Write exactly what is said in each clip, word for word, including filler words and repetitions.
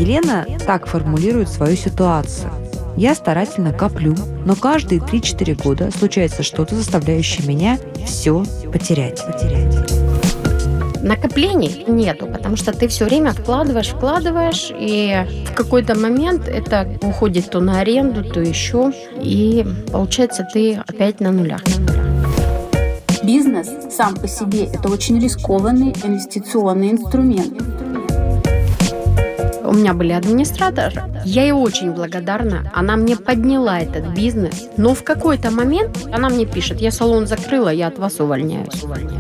Елена так формулирует свою ситуацию. Я старательно коплю, но каждые три-четыре года случается что-то, заставляющее меня все потерять. потерять. Накоплений нету, потому что ты все время вкладываешь, вкладываешь, и в какой-то момент это уходит то на аренду, то еще, и получается ты опять на нулях. Бизнес сам по себе – это очень рискованный инвестиционный инструмент. У меня были администраторы. Я ей очень благодарна. Она мне подняла этот бизнес. Но в какой-то момент она мне пишет: я салон закрыла, я от вас увольняюсь.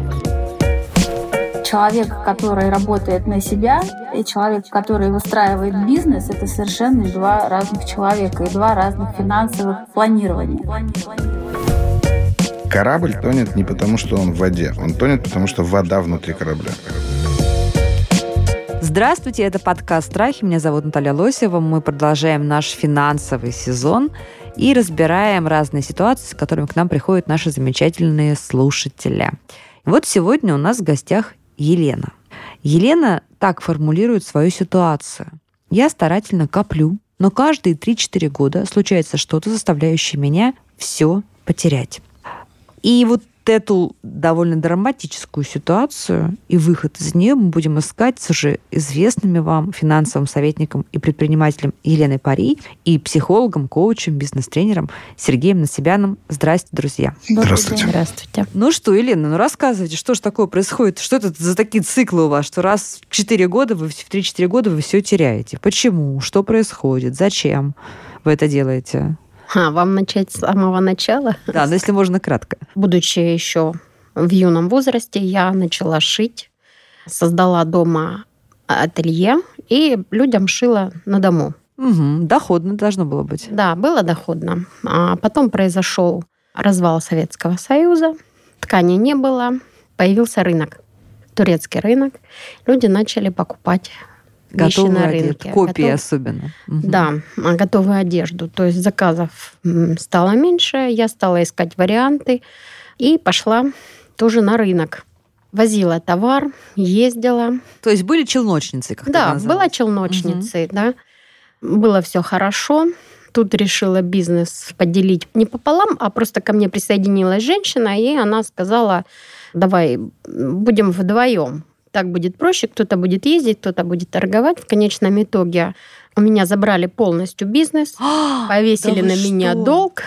Человек, который работает на себя, и человек, который выстраивает бизнес, это совершенно два разных человека и два разных финансовых планирования. Корабль тонет не потому, что он в воде. Он тонет, потому что вода внутри корабля. Здравствуйте, это подкаст «Страхи». Меня зовут Наталья Лосева. Мы продолжаем наш финансовый сезон и разбираем разные ситуации, с которыми к нам приходят наши замечательные слушатели. И вот сегодня у нас в гостях Елена. Елена так формулирует свою ситуацию. Я старательно коплю, но каждые три-четыре года случается что-то, заставляющее меня все потерять. И вот эту довольно драматическую ситуацию и выход из нее мы будем искать с уже известными вам финансовым советником и предпринимателем Еленой Пари и психологом, коучем, бизнес-тренером Сергеем Насибяном. Здрасте, друзья. Здравствуйте. Здравствуйте. Ну что, Елена, ну рассказывайте, что же такое происходит? Что это за такие циклы у вас, что раз в четыре года, вы в три-четыре года вы все теряете? Почему? Что происходит? Зачем вы это делаете? А, вам начать с самого начала? Да, но если можно, кратко. Будучи еще в юном возрасте, я начала шить, создала дома ателье и людям шила на дому. Угу, доходно должно было быть. Да, было доходно. А потом произошел развал Советского Союза, ткани не было, появился рынок, турецкий рынок. Люди начали покупать вещи готовую на одежду, рынке. копии Готов... особенно. Угу. Да, готовую одежду. То есть заказов стало меньше, я стала искать варианты и пошла тоже на рынок. Возила товар, ездила. То есть были челночницей, как да, это называлось? была челночницей, угу. да. Было все хорошо. Тут решила бизнес поделить не пополам, а просто ко мне присоединилась женщина, и она сказала: давай будем вдвоем. Так будет проще, кто-то будет ездить, кто-то будет торговать. В конечном итоге у меня забрали полностью бизнес, повесили да на меня что? долг.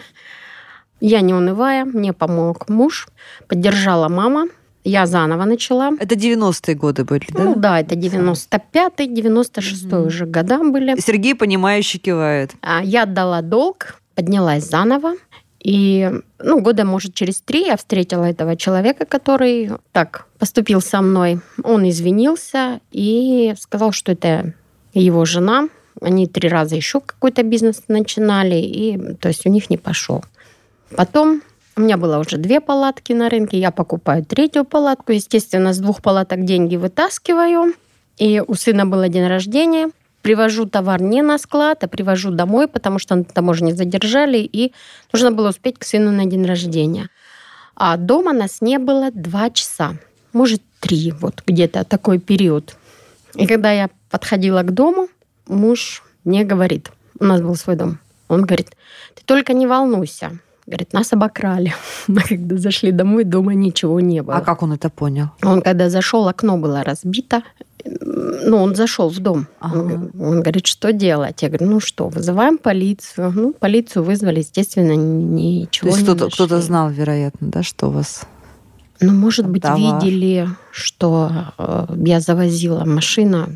Я не унывая, мне помог муж, поддержала мама. Я заново начала. Это девяностые годы были, да? Ну да, это девяносто пятый, девяносто шестой угу. уже года были. Сергей, понимающе кивает. Я отдала долг, поднялась заново. И ну, года, может, через три я встретила этого человека, который так поступил со мной. Он извинился и сказал, что это его жена. Они три раза еще какой-то бизнес начинали, и то есть у них не пошел. Потом у меня было уже две палатки на рынке, я покупаю третью палатку. Естественно, с двух палаток деньги вытаскиваю. И у сына было день рождения. Привожу товар не на склад, а привожу домой, потому что на таможне задержали, и нужно было успеть к сыну на день рождения. А дома нас не было два часа, может, три, вот где-то такой период. И когда я подходила к дому, муж мне говорит, у нас был свой дом, он говорит: ты только не волнуйся. Говорит, нас обокрали. Мы когда зашли домой, дома ничего не было. А как он это понял? Он когда зашел, окно было разбито. Ну, он зашел в дом. Ага. Он, он говорит, что делать? Я говорю, ну что, вызываем полицию. Ну, полицию вызвали, естественно, ничего То есть не кто-то, нашли. кто-то знал, вероятно, да, что у вас... Ну, может быть, товар. видели, что э, я завозила машину.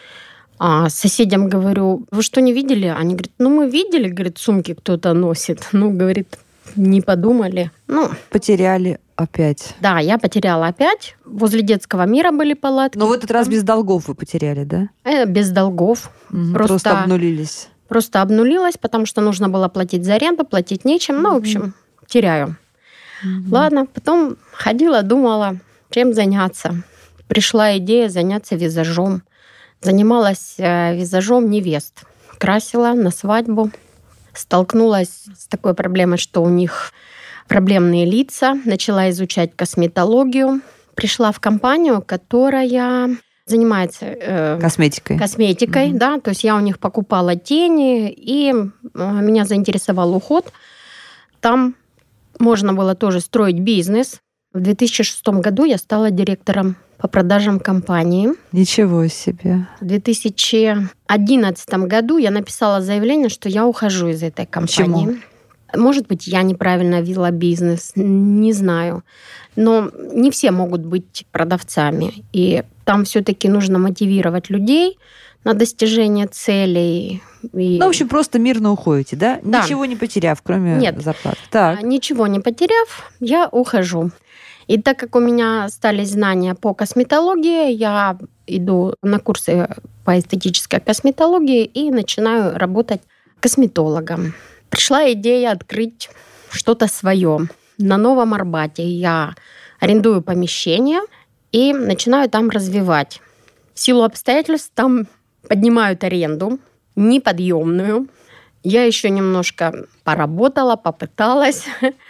А соседям говорю, вы что, не видели? Они говорят, ну, мы видели, говорит, сумки кто-то носит. Ну, говорит, не подумали. Ну, потеряли опять. Да, я потеряла опять. Возле детского мира были палатки. Но в этот раз без долгов вы потеряли, да? Э, без долгов. Угу, просто, просто обнулились. Просто обнулилась, потому что нужно было платить за аренду, платить нечем. Ну, в общем, теряю. Угу. Ладно, потом ходила, думала, чем заняться. Пришла идея заняться визажом. Занималась визажом невест. Красила на свадьбу. Столкнулась с такой проблемой, что у них проблемные лица. Начала изучать косметологию. Пришла в компанию, которая занимается э, косметикой. Косметикой, mm-hmm. да. То есть я у них покупала тени, и э, меня заинтересовал уход. Там можно было тоже строить бизнес. В две тысячи шестом году я стала директором по продажам компании. Ничего себе. В две тысячи одиннадцатом году я написала заявление, что я ухожу из этой компании. Почему? Может быть, я неправильно вела бизнес, не знаю. Но не все могут быть продавцами. И там все-таки нужно мотивировать людей на достижение целей. И... Ну, в общем, просто мирно уходите, да? Да. Ничего не потеряв, кроме Нет. зарплаты. Так. Ничего не потеряв, я ухожу. И так как у меня остались знания по косметологии, я иду на курсы по эстетической косметологии и начинаю работать косметологом. Пришла идея открыть что-то свое. На Новом Арбате я арендую помещение и начинаю там развивать. В силу обстоятельств там поднимают аренду неподъемную. Я еще немножко поработала, попыталась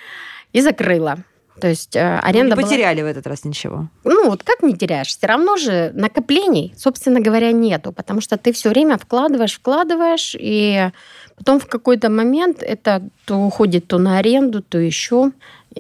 и закрыла. То есть аренда не потеряли была... в этот раз ничего? Ну, вот как не теряешь? Все равно же накоплений, собственно говоря, нету, потому что ты все время вкладываешь, вкладываешь, и потом в какой-то момент это то уходит то на аренду, то еще,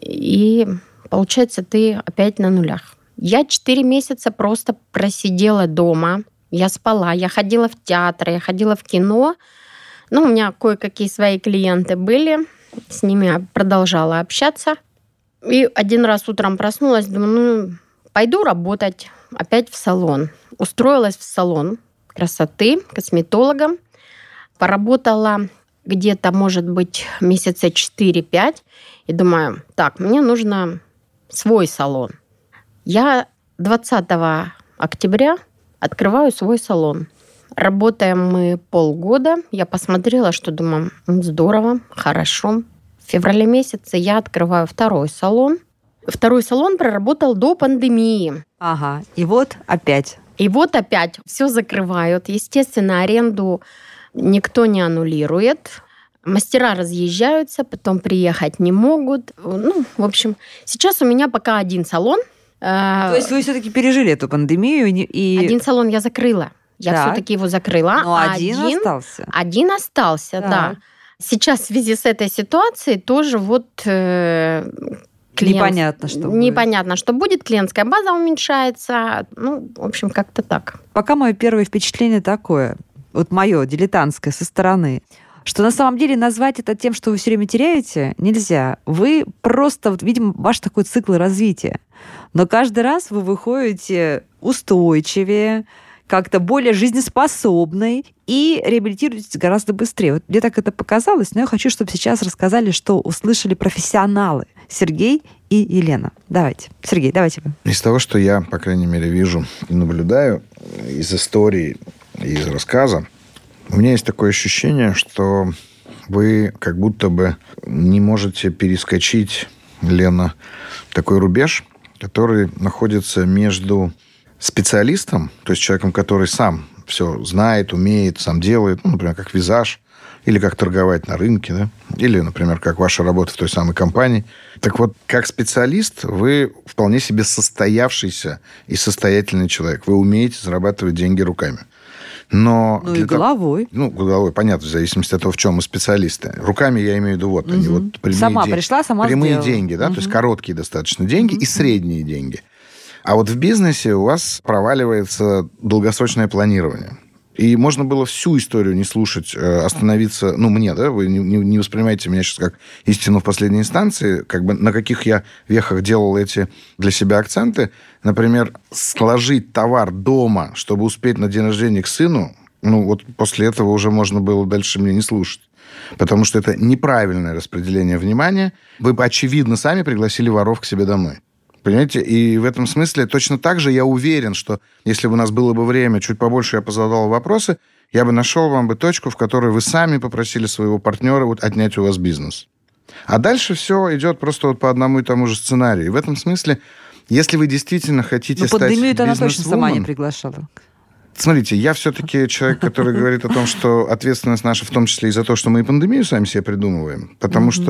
и получается ты опять на нулях. Я четыре месяца просто просидела дома, я спала, я ходила в театр, я ходила в кино. Ну, у меня кое-какие свои клиенты были, с ними я продолжала общаться. И один раз утром проснулась, думаю, ну, пойду работать опять в салон. Устроилась в салон красоты косметологом. Поработала где-то, может быть, месяца четыре-пять. И думаю, так, мне нужно свой салон. Я двадцатого октября открываю свой салон. Работаем мы полгода. Я посмотрела, что думаю, здорово, хорошо. В феврале месяце я открываю второй салон. Второй салон проработал до пандемии. Ага, и вот опять. И вот опять все закрывают. Естественно, аренду никто не аннулирует. Мастера разъезжаются, потом приехать не могут. Ну, в общем, сейчас у меня пока один салон. То есть вы все-таки пережили эту пандемию? И... Один салон я закрыла. Я так. все-таки его закрыла. Но один, один остался? Один остался, так. да. Сейчас в связи с этой ситуацией тоже вот э, клиент... непонятно, что будет. Непонятно, что будет. Клиентская база уменьшается. Ну, в общем, как-то так. Пока мое первое впечатление такое, вот мое, дилетантское, со стороны, что на самом деле назвать это тем, что вы все время теряете, нельзя. Вы просто, вот, видимо, ваш такой цикл развития. Но каждый раз вы выходите устойчивее, как-то более жизнеспособной и реабилитируетесь гораздо быстрее. Вот мне так это показалось, но я хочу, чтобы сейчас рассказали, что услышали профессионалы Сергей и Елена. Давайте. Сергей, давайте вы. Из того, что я, по крайней мере, вижу и наблюдаю из истории и из рассказа, у меня есть такое ощущение, что вы как будто бы не можете перескочить, Лена, такой рубеж, который находится между специалистом, то есть человеком, который сам все знает, умеет, сам делает, ну, например, как визаж, или как торговать на рынке, да? Или, например, как ваша работа в той самой компании. Так вот, как специалист вы вполне себе состоявшийся и состоятельный человек. Вы умеете зарабатывать деньги руками. Но ну и головой. Того, ну, головой, понятно, в зависимости от того, в чем мы специалисты. Руками я имею в виду, вот угу. они, вот прямые сама деньги. Пришла, сама Прямые сделала. деньги, да, угу. то есть короткие достаточно деньги угу. и средние деньги. А вот в бизнесе у вас проваливается долгосрочное планирование. И можно было всю историю не слушать, остановиться... Ну, мне, да? Вы не, не воспринимаете меня сейчас как истину в последней инстанции. Как бы на каких я вехах делал эти для себя акценты. Например, сложить товар дома, чтобы успеть на день рождения к сыну, ну, вот после этого уже можно было дальше меня не слушать. Потому что это неправильное распределение внимания. Вы бы, очевидно, сами пригласили воров к себе домой. Понимаете? И в этом смысле точно так же я уверен, что если бы у нас было бы время, чуть побольше я позадал вопросы, я бы нашел вам бы точку, в которой вы сами попросили своего партнера вот отнять у вас бизнес. А дальше все идет просто вот по одному и тому же сценарию. И в этом смысле, если вы действительно хотите Но стать пандемию-то она бизнес-вумен... точно сама не приглашала. Смотрите, я все-таки человек, который говорит о том, что ответственность наша в том числе и за то, что мы и пандемию сами себе придумываем. Потому mm-hmm. что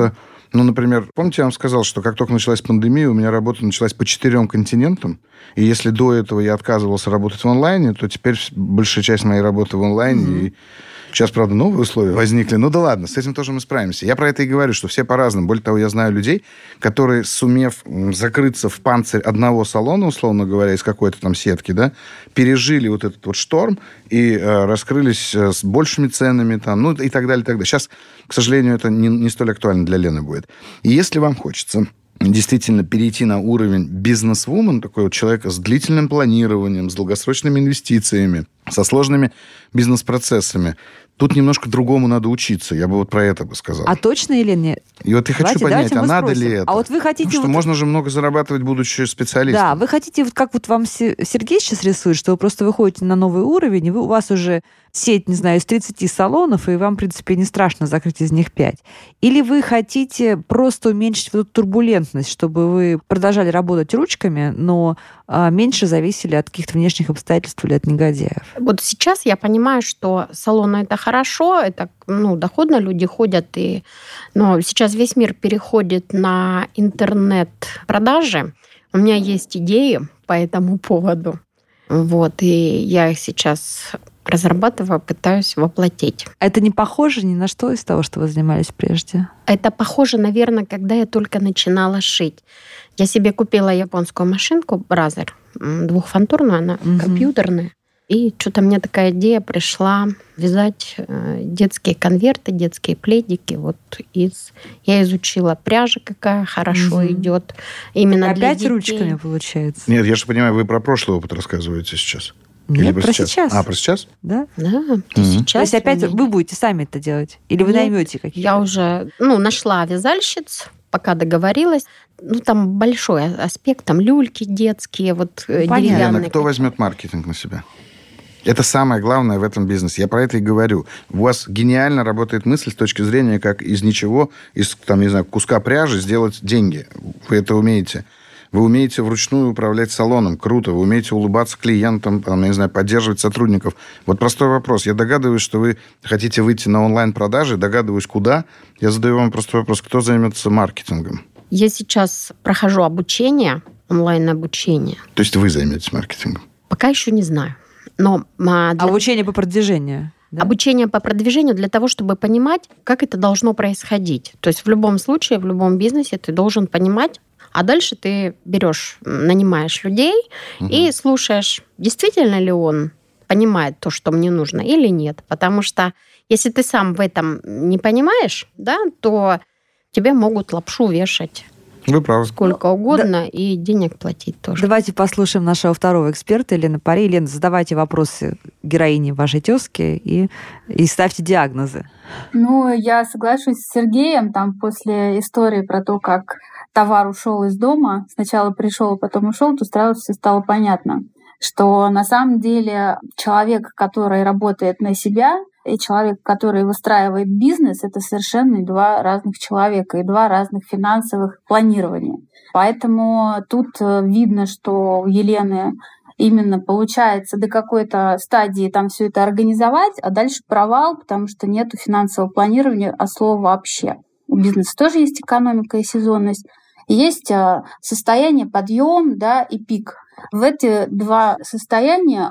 Ну, например, помните, я вам сказал, что как только началась пандемия, у меня работа началась по четырем континентам, и если до этого я отказывался работать в онлайне, то теперь большая часть моей работы в онлайне, mm-hmm. и сейчас, правда, новые условия возникли. Ну да ладно, с этим тоже мы справимся. Я про это и говорю, что все по-разному. Более того, я знаю людей, которые, сумев закрыться в панцирь одного салона, условно говоря, из какой-то там сетки, да, пережили вот этот вот шторм и э, раскрылись э, с большими ценами, там, ну и так далее, и так далее. Сейчас, к сожалению, это не, не столь актуально для Лены будет. И если вам хочется действительно перейти на уровень бизнес-вумен, такой вот человека с длительным планированием, с долгосрочными инвестициями, со сложными бизнес-процессами, тут немножко другому надо учиться. Я бы вот про это бы сказал. А точно или нет? И вот я хочу понять, а надо ли это? А вот вы хотите... Потому что вот... можно же много зарабатывать, будучи специалистом. Да, вы хотите, вот как вот вам Сергей сейчас рисует, что вы просто выходите на новый уровень, и вы, у вас уже сеть, не знаю, из тридцати салонов, и вам, в принципе, не страшно закрыть из них пять. Или вы хотите просто уменьшить вот эту турбулентность, чтобы вы продолжали работать ручками, но а, меньше зависели от каких-то внешних обстоятельств или от негодяев? Вот сейчас я понимаю, что салоны — это хорошо, это, ну, доходно, люди ходят, и... но сейчас весь мир переходит на интернет-продажи. У меня есть идеи по этому поводу. Вот, и я их сейчас разрабатываю, пытаюсь воплотить. Это не похоже ни на что из того, что вы занимались прежде? Это похоже, наверное, когда я только начинала шить. Я себе купила японскую машинку Бразер, двухфантурную, она угу. компьютерная. И что-то мне такая идея пришла вязать детские конверты, детские пледики. Вот из... Я изучила пряжа, какая хорошо угу. идет. Именно так для опять детей. Ручками получается? Нет, я же понимаю, вы про прошлый опыт рассказываете сейчас. Нет, Или про, про сейчас? сейчас. А, про сейчас? Да. Да, mm-hmm. сейчас. То есть опять вы будете сами это делать? Или вы Нет, наймете каких-то? Я уже ну, нашла вязальщиц, пока договорилась. Ну, там большой аспект, там люльки детские, вот понятно. деревянные. Лена, кто возьмет маркетинг на себя? Это самое главное в этом бизнесе. Я про это и говорю. У вас гениально работает мысль с точки зрения, как из ничего, из, там, не знаю, куска пряжи сделать деньги. Вы это умеете. Вы умеете вручную управлять салоном. Круто. Вы умеете улыбаться клиентам, там, не знаю, поддерживать сотрудников. Вот простой вопрос. Я догадываюсь, что вы хотите выйти на онлайн-продажи. Догадываюсь, куда. Я задаю вам простой вопрос. Кто займется маркетингом? Я сейчас прохожу обучение, онлайн-обучение. То есть вы займетесь маркетингом? Пока еще не знаю. Но для... Обучение по продвижению? Да? Обучение по продвижению для того, чтобы понимать, как это должно происходить. То есть в любом случае, в любом бизнесе ты должен понимать, а дальше ты берешь, нанимаешь людей угу. и слушаешь, действительно ли он понимает то, что мне нужно, или нет. Потому что если ты сам в этом не понимаешь, да, то тебе могут лапшу вешать. Вы правы. Сколько угодно, да. И денег платить тоже. Давайте послушаем нашего второго эксперта, Елены Пари. Елена, задавайте вопросы героине вашей тезки и, и ставьте диагнозы. Ну, я соглашусь с Сергеем. Там после истории про то, как товар ушел из дома, сначала пришел, а потом ушел, то сразу все стало понятно, что на самом деле человек, который работает на себя, и человек, который выстраивает бизнес, это совершенно два разных человека и два разных финансовых планирования. Поэтому тут видно, что у Елены именно получается до какой-то стадии там все это организовать, а дальше провал, потому что нет финансового планирования от слова вообще. У бизнеса тоже есть экономика и сезонность. Есть состояние подъем, да, и пик. В эти два состояния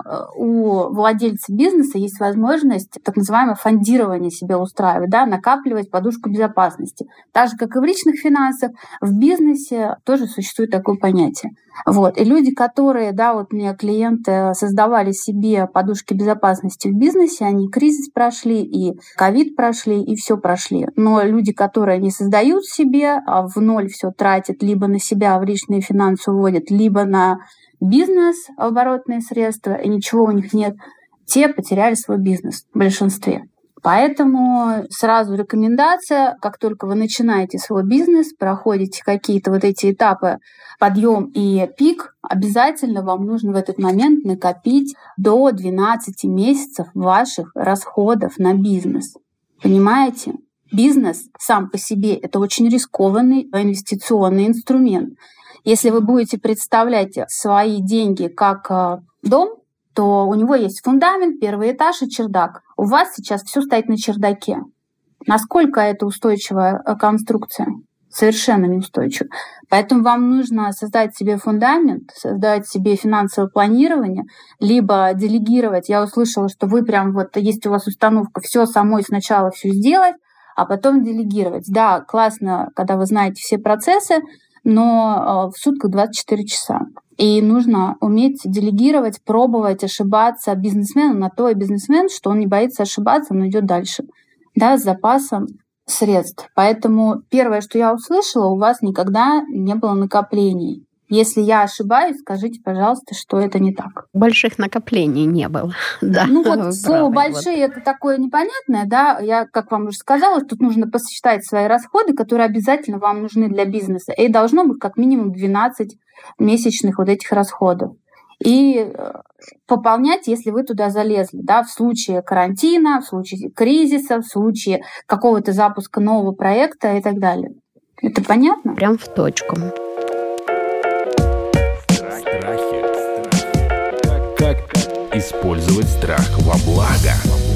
у владельца бизнеса есть возможность так называемое фондирование себе устраивать, да, накапливать подушку безопасности. Так же, как и в личных финансах, в бизнесе тоже существует такое понятие. Вот. И люди, которые, да, вот у меня клиенты создавали себе подушки безопасности в бизнесе, они кризис прошли, и ковид прошли, и все прошли. Но люди, которые не создают себе, а в ноль все тратят, либо на себя в личные финансы уводят, либо на бизнес, оборотные средства, и ничего у них нет, те потеряли свой бизнес в большинстве. Поэтому сразу рекомендация, как только вы начинаете свой бизнес, проходите какие-то вот эти этапы подъем и пик, обязательно вам нужно в этот момент накопить до двенадцати месяцев ваших расходов на бизнес. Понимаете? Бизнес сам по себе — это очень рискованный инвестиционный инструмент. Если вы будете представлять свои деньги как дом, то у него есть фундамент, первый этаж и чердак. У вас сейчас все стоит на чердаке. Насколько это устойчивая конструкция? Совершенно неустойчиво. Поэтому вам нужно создать себе фундамент, создать себе финансовое планирование, либо делегировать. Я услышала, что вы прям вот, есть у вас установка все самой сначала все сделать, а потом делегировать. Да, классно, когда вы знаете все процессы, но в сутках двадцать четыре часа. И нужно уметь делегировать, пробовать, ошибаться. Бизнесмен на то и бизнесмен, что он не боится ошибаться, но идет дальше, да, с запасом средств. Поэтому первое, что я услышала, у вас никогда не было накоплений. Если я ошибаюсь, скажите, пожалуйста, что это не так. Больших накоплений не было. Да, ну вот слово «большие» вот. Это такое непонятное, да. Я, как вам уже сказала, тут нужно посчитать свои расходы, которые обязательно вам нужны для бизнеса. И должно быть как минимум двенадцать месячных вот этих расходов. И пополнять, если вы туда залезли, да, в случае карантина, в случае кризиса, в случае какого-то запуска нового проекта и так далее. Это понятно? Прям в точку. Страхи. Как использовать страх во благо?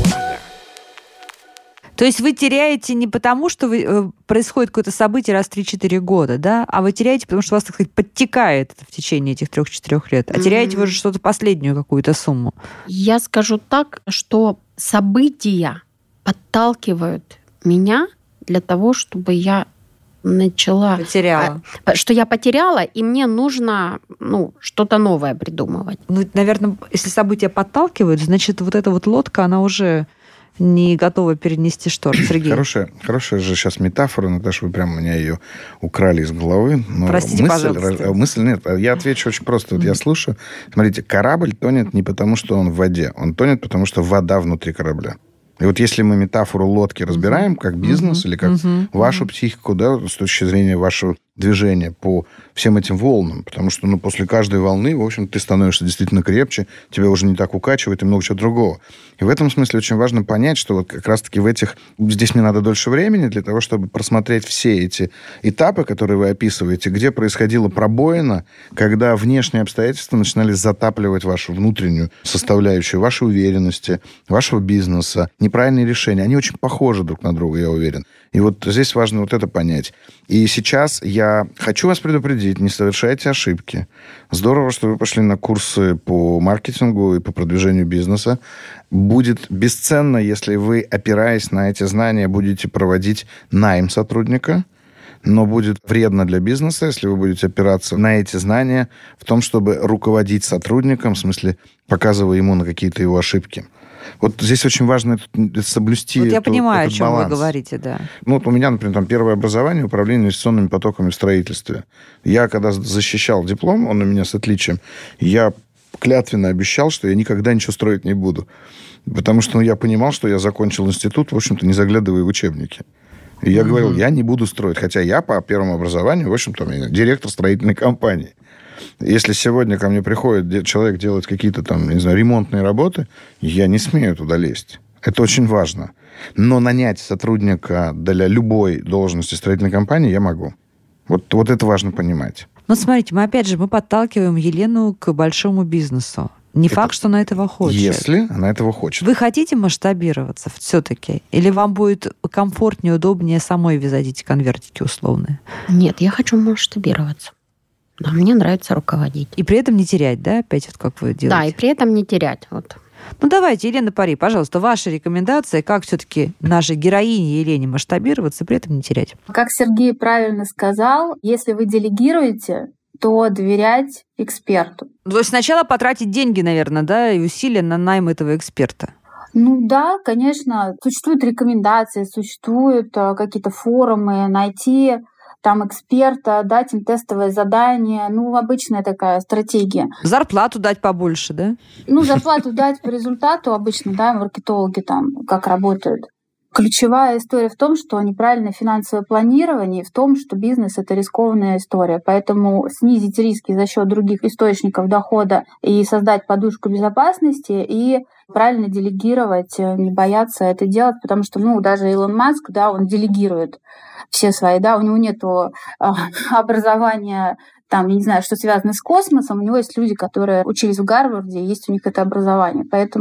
То есть вы теряете не потому, что вы, э, происходит какое-то событие раз в три-четыре года, да, а вы теряете, потому что у вас, так сказать, подтекает это в течение этих трех-четырех лет, а mm-hmm. теряете вы же что-то последнюю какую-то сумму. Я скажу так, что события подталкивают меня для того, чтобы я начала... Потеряла. Что я потеряла, и мне нужно ну, что-то новое придумывать. Ну, наверное, если события подталкивают, значит, вот эта вот лодка, она уже... не готова перенести шторм. Сергей. Хорошая, хорошая же сейчас метафора, Наташа, вы прямо у меня ее украли из головы. Но Простите, мысль, пожалуйста. Мысль нет. Я отвечу очень просто. Вот mm-hmm. я слушаю. Смотрите, корабль тонет не потому, что он в воде. Он тонет, потому что вода внутри корабля. И вот если мы метафору лодки разбираем, как бизнес mm-hmm. или как mm-hmm. вашу психику, да, с точки зрения вашего движения по всем этим волнам, потому что ну, после каждой волны, в общем, ты становишься действительно крепче, тебя уже не так укачивает и много чего другого. И в этом смысле очень важно понять, что вот как раз-таки в этих... Здесь мне надо дольше времени для того, чтобы просмотреть все эти этапы, которые вы описываете, где происходила пробоина, когда внешние обстоятельства начинали затапливать вашу внутреннюю составляющую, вашей уверенности, вашего бизнеса, неправильные решения. Они очень похожи друг на друга, я уверен. И вот здесь важно вот это понять. И сейчас я хочу вас предупредить, не совершайте ошибки. Здорово, что вы пошли на курсы по маркетингу и по продвижению бизнеса. Будет бесценно, если вы, опираясь на эти знания, будете проводить найм сотрудника, но будет вредно для бизнеса, если вы будете опираться на эти знания в том, чтобы руководить сотрудником, в смысле, показывая ему на какие-то его ошибки. Вот здесь очень важно соблюсти вот я эту, понимаю, этот о чем баланс. Вы говорите, да. Ну, вот у меня, например, там первое образование, управление инвестиционными потоками в строительстве. Я, когда защищал диплом, он у меня с отличием, я клятвенно обещал, что я никогда ничего строить не буду. Потому что ну, я понимал, что я закончил институт, в общем-то, не заглядывая в учебники. И я mm-hmm. говорил, я не буду строить. Хотя я по первому образованию, в общем-то, директор строительной компании. Если сегодня ко мне приходит человек делать какие-то там, не знаю, ремонтные работы, я не смею туда лезть. Это очень важно. Но нанять сотрудника для любой должности строительной компании я могу. Вот, вот это важно понимать. Ну, смотрите, мы опять же, мы подталкиваем Елену к большому бизнесу. Не это факт, что она этого хочет. Если она этого хочет. Вы хотите масштабироваться все-таки? Или вам будет комфортнее, удобнее самой вязать эти конвертики условные? Нет, я хочу масштабироваться. Да, мне нравится руководить. И при этом не терять, да, опять вот как вы делаете? Да, и при этом не терять. Вот. Ну, давайте, Елена Пари, пожалуйста, ваши рекомендации, как все-таки нашей героине Елене масштабироваться, при этом не терять. Как Сергей правильно сказал, если вы делегируете, то доверять эксперту. То есть сначала потратить деньги, наверное, да, и усилия на найм этого эксперта. Ну да, конечно, существуют рекомендации, существуют какие-то форумы, найти там эксперта, дать им тестовое задание. Ну, обычная такая стратегия. Зарплату дать побольше, да? Ну, зарплату дать по результату обычно, да, маркетологи там как работают. Ключевая история в том, что неправильное финансовое планирование, и в том, что бизнес — это рискованная история. Поэтому снизить риски за счет других источников дохода и создать подушку безопасности, и правильно делегировать, не бояться это делать, потому что, ну, даже Илон Маск, да, он делегирует все свои, да, у него нету а, образования, там, я не знаю, что связано с космосом, у него есть люди, которые учились в Гарварде, есть у них это образование, поэтому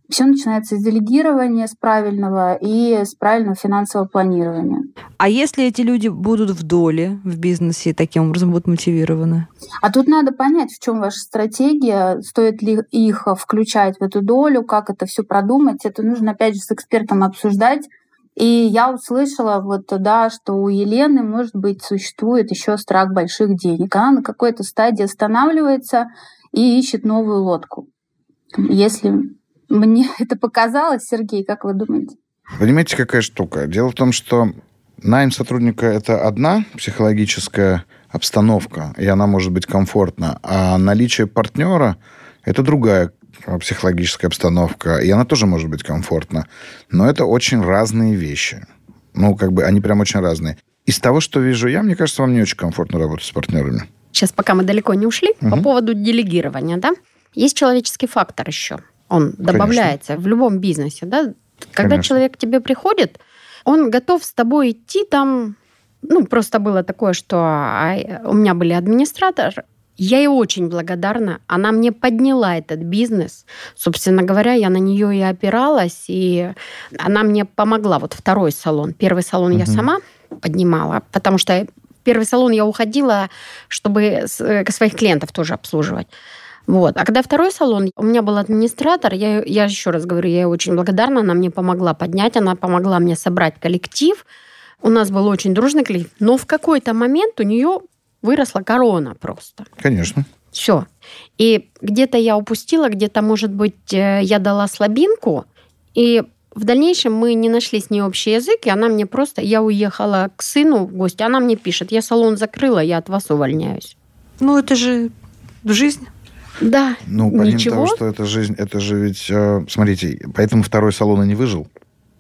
Все начинается с делегирования, с правильного и с правильного финансового планирования. А если эти люди будут в доле в бизнесе и таким образом будут мотивированы? А тут надо понять, в чем ваша стратегия, стоит ли их включать в эту долю, как это все продумать. Это нужно, опять же, с экспертом обсуждать. И я услышала, вот, да, что у Елены, может быть, существует еще страх больших денег. Она на какой-то стадии останавливается и ищет новую лодку. Если мне это показалось, Сергей, как вы думаете? Понимаете, какая штука? Дело в том, что найм сотрудника – это одна психологическая обстановка, и она может быть комфортна, а наличие партнера – это другая психологическая обстановка, и она тоже может быть комфортна. Но это очень разные вещи. Ну, как бы они прям очень разные. Из того, что вижу я, мне кажется, вам не очень комфортно работать с партнерами. Сейчас, пока мы далеко не ушли, угу. по поводу делегирования, да, есть человеческий фактор еще. Он добавляется Конечно. В любом бизнесе, да. Когда Конечно. Человек к тебе приходит, он готов с тобой идти там. Ну, просто было такое, что у меня были администраторы. Я ей очень благодарна. Она мне подняла этот бизнес. Собственно говоря, я на нее и опиралась, и она мне помогла. Вот второй салон. Первый салон угу. я сама поднимала, потому что первый салон я уходила, чтобы своих клиентов тоже обслуживать. Вот. А когда второй салон, у меня был администратор, я, я еще раз говорю, я ей очень благодарна, она мне помогла поднять, она помогла мне собрать коллектив. У нас был очень дружный коллектив, но в какой-то момент у нее выросла корона просто. Конечно. Все. И где-то я упустила, где-то, может быть, я дала слабинку, и в дальнейшем мы не нашли с ней общий язык, и она мне просто... Я уехала к сыну в гости, она мне пишет, я салон закрыла, я от вас увольняюсь. Ну, это же жизнь. Да, ну, помимо ничего. того, что это жизнь, это же ведь... Э, смотрите, поэтому второй салон и не выжил?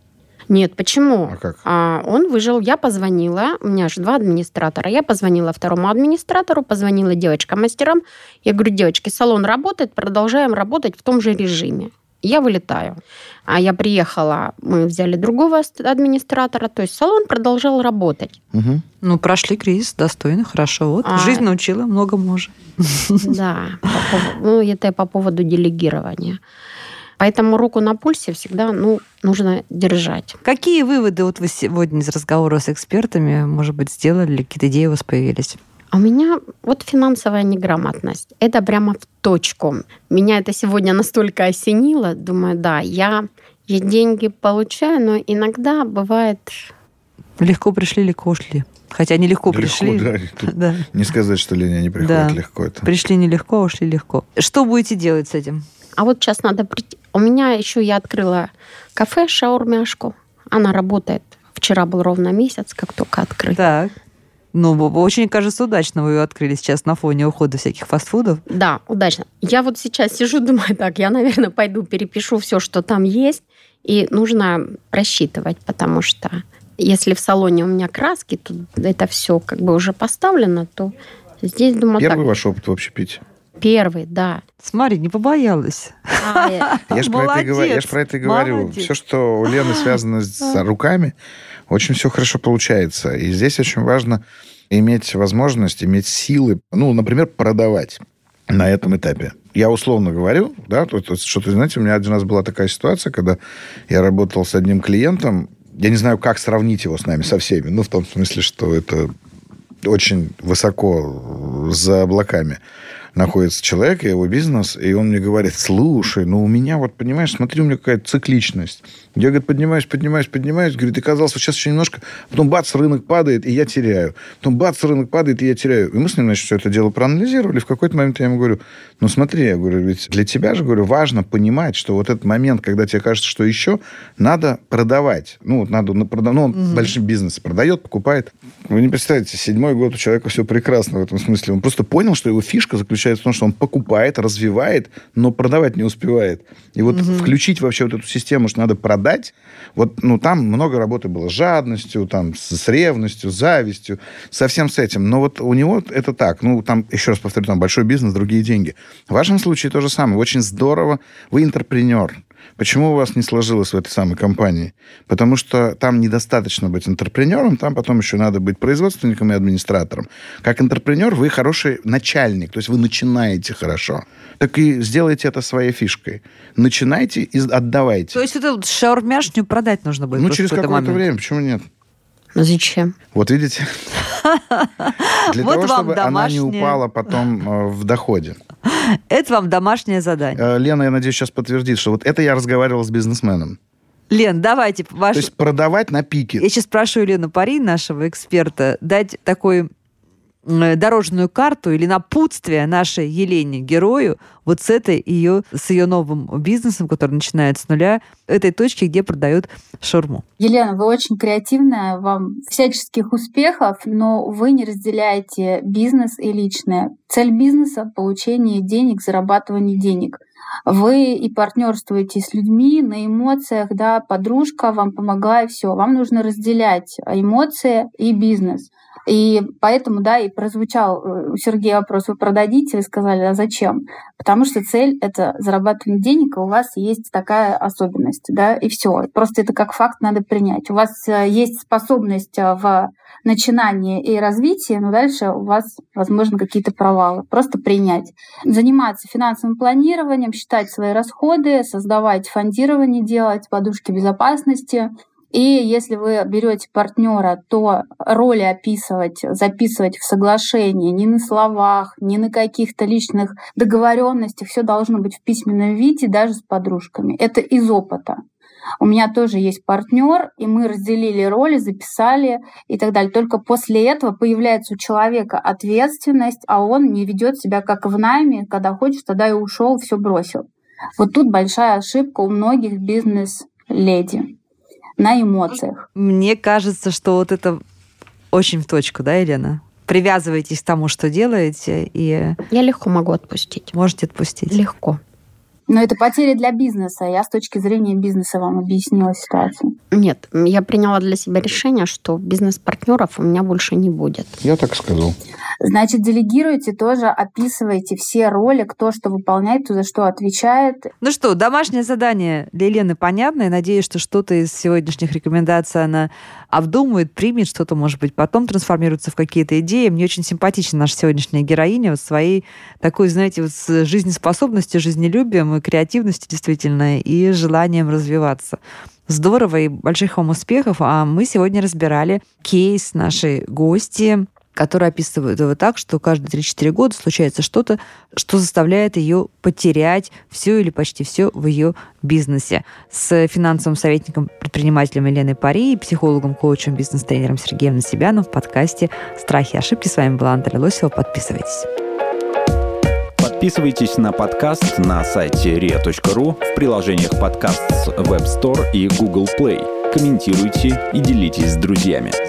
Нет, почему? А как? А, он выжил, я позвонила, у меня же два администратора, я позвонила второму администратору, позвонила девочкам-мастерам, я говорю, девочки, салон работает, продолжаем работать в том же режиме. Я вылетаю. А я приехала, мы взяли другого администратора, то есть салон продолжал работать. Угу. Ну, прошли кризис достойно, хорошо. Вот, а... жизнь научила многому уже. Да, ну, это по поводу делегирования. Поэтому руку на пульсе всегда ну, нужно держать. Какие выводы вот вы сегодня из разговора с экспертами, может быть, сделали, какие-то идеи у вас появились? У меня вот финансовая неграмотность. Это прямо в точку. Меня это сегодня настолько осенило. Думаю, да, я, я деньги получаю, но иногда бывает... Легко пришли, легко ушли. Хотя нелегко легко, пришли. Да. Да. Не сказать, что Леня не приходит да. легко. Это. Пришли нелегко, ушли легко. Что будете делать с этим? А вот сейчас надо прийти. У меня еще я открыла кафе «Шаурмяшку». Она работает. Вчера был ровно месяц, как только открыли. Так. Ну, очень, кажется, удачно вы ее открыли сейчас на фоне ухода всяких фастфудов. Да, удачно. Я вот сейчас сижу, думаю, так, я, наверное, пойду перепишу все, что там есть. И нужно просчитывать, потому что если в салоне у меня краски, то это все как бы уже поставлено, то здесь, думаю, Первый так. ваш опыт в общепите? Первый, да. Смотри, не побоялась. А, я я же про, про это и говорю. Молодец. Все, что у Лены связано с руками, очень все хорошо получается. И здесь очень важно иметь возможность, иметь силы, ну, например, продавать на этом этапе. Я условно говорю, да, что-то, знаете, у меня один раз была такая ситуация, когда я работал с одним клиентом, я не знаю, как сравнить его с нами, со всеми, ну, в том смысле, что это очень высоко за облаками находится человек, и его бизнес, и он мне говорит, слушай, ну у меня вот, понимаешь, смотри, у меня какая-то цикличность. Я, говорит, поднимаюсь, поднимаюсь, поднимаюсь, говорит, и казалось, вот сейчас еще немножко, потом бац, рынок падает, и я теряю. Потом бац, рынок падает, и я теряю. И мы с ним, значит, все это дело проанализировали. В какой-то момент я ему говорю, ну смотри, я говорю, ведь для тебя же, говорю, важно понимать, что вот этот момент, когда тебе кажется, что еще, надо продавать. Ну, вот надо, ну, прода... ну он угу. большой бизнес продает, покупает. Вы не представляете, седьмой год у человека все прекрасно в этом смысле. Он просто понял, что его фишка заключается в том, что он покупает, развивает, но продавать не успевает. И вот угу. включить вообще вот эту систему, что надо продать, вот, ну, там много работы было с жадностью, там, с, с ревностью, с завистью, со всем с этим. Но вот у него это так. Ну, там, еще раз повторю, там большой бизнес, другие деньги. В вашем случае то же самое. Очень здорово. Вы интерпренер. Почему у вас не сложилось в этой самой компании? Потому что там недостаточно быть интерпренером, там потом еще надо быть производственником и администратором. Как интерпренер вы хороший начальник, то есть вы начинаете хорошо. Так и сделайте это своей фишкой. Начинайте и отдавайте. То есть это шаурмяшню продать нужно будет? Ну, через какое-то время, почему нет? Ну, зачем? Вот видите? Для того, чтобы она не упала потом в доходе. Это вам домашнее задание. Лена, я надеюсь, сейчас подтвердит, что вот это я разговаривал с бизнесменом. Лен, давайте. Ваш... То есть продавать на пике. Я сейчас прошу Елену Пари, нашего эксперта, дать такой дорожную карту или напутствие нашей Елене, герою, вот с этой ее, с ее новым бизнесом, который начинает с нуля, этой точки, где продают шаурму. Елена, вы очень креативная, вам всяческих успехов, но вы не разделяете бизнес и личное. Цель бизнеса — получение денег, зарабатывание денег. Вы и партнерствуете с людьми на эмоциях, да, подружка вам помогает, все. Вам нужно разделять эмоции и бизнес. И поэтому, да, и прозвучал у Сергея вопрос: вы продадите? Вы сказали, а зачем? Потому что цель — это зарабатывание денег, и у вас есть такая особенность, да, и все. Просто это как факт надо принять. У вас есть способность в начинании и развитии, но дальше у вас, возможно, какие-то провалы. Просто принять. Заниматься финансовым планированием, считать свои расходы, создавать фондирование, делать подушки безопасности. И если вы берете партнера, то роли описывать, записывать в соглашении не на словах, не на каких-то личных договоренностях. Все должно быть в письменном виде, даже с подружками. Это из опыта. У меня тоже есть партнер, и мы разделили роли, записали и так далее. Только после этого появляется у человека ответственность, а он не ведет себя как в найме, когда хочет, тогда и ушел, все бросил. Вот тут большая ошибка у многих бизнес-леди. На эмоциях. Мне кажется, что вот это очень в точку, да, Елена? Привязывайтесь к тому, что делаете, и... Я легко могу отпустить. Можете отпустить. Легко. Но это потеря для бизнеса. Я с точки зрения бизнеса вам объяснила ситуацию. Нет, я приняла для себя решение, что бизнес-партнеров у меня больше не будет. Я так сказал. Значит, делегируйте тоже, описывайте все роли, кто что выполняет, кто за что отвечает. Ну что, домашнее задание для Елены понятно. Я надеюсь, что что-то из сегодняшних рекомендаций она обдумает, примет, что-то, может быть, потом трансформируется в какие-то идеи. Мне очень симпатична наша сегодняшняя героиня вот своей такой, знаете, вот с жизнеспособностью, жизнелюбием и креативностью действительно, и желанием развиваться. Здорово и больших вам успехов. А мы сегодня разбирали кейс нашей гости, который описывает его так, что каждые три-четыре года случается что-то, что заставляет ее потерять все или почти все в ее бизнесе. С финансовым советником, предпринимателем Еленой Пари и психологом, коучем, бизнес-тренером Сергеем Насибяном в подкасте «Страхи и ошибки». С вами была Наталья Лосева. Подписывайтесь. Подписывайтесь на подкаст на сайте риа точка ру, в приложениях подкаст с Web Store и Google Play. Комментируйте и делитесь с друзьями.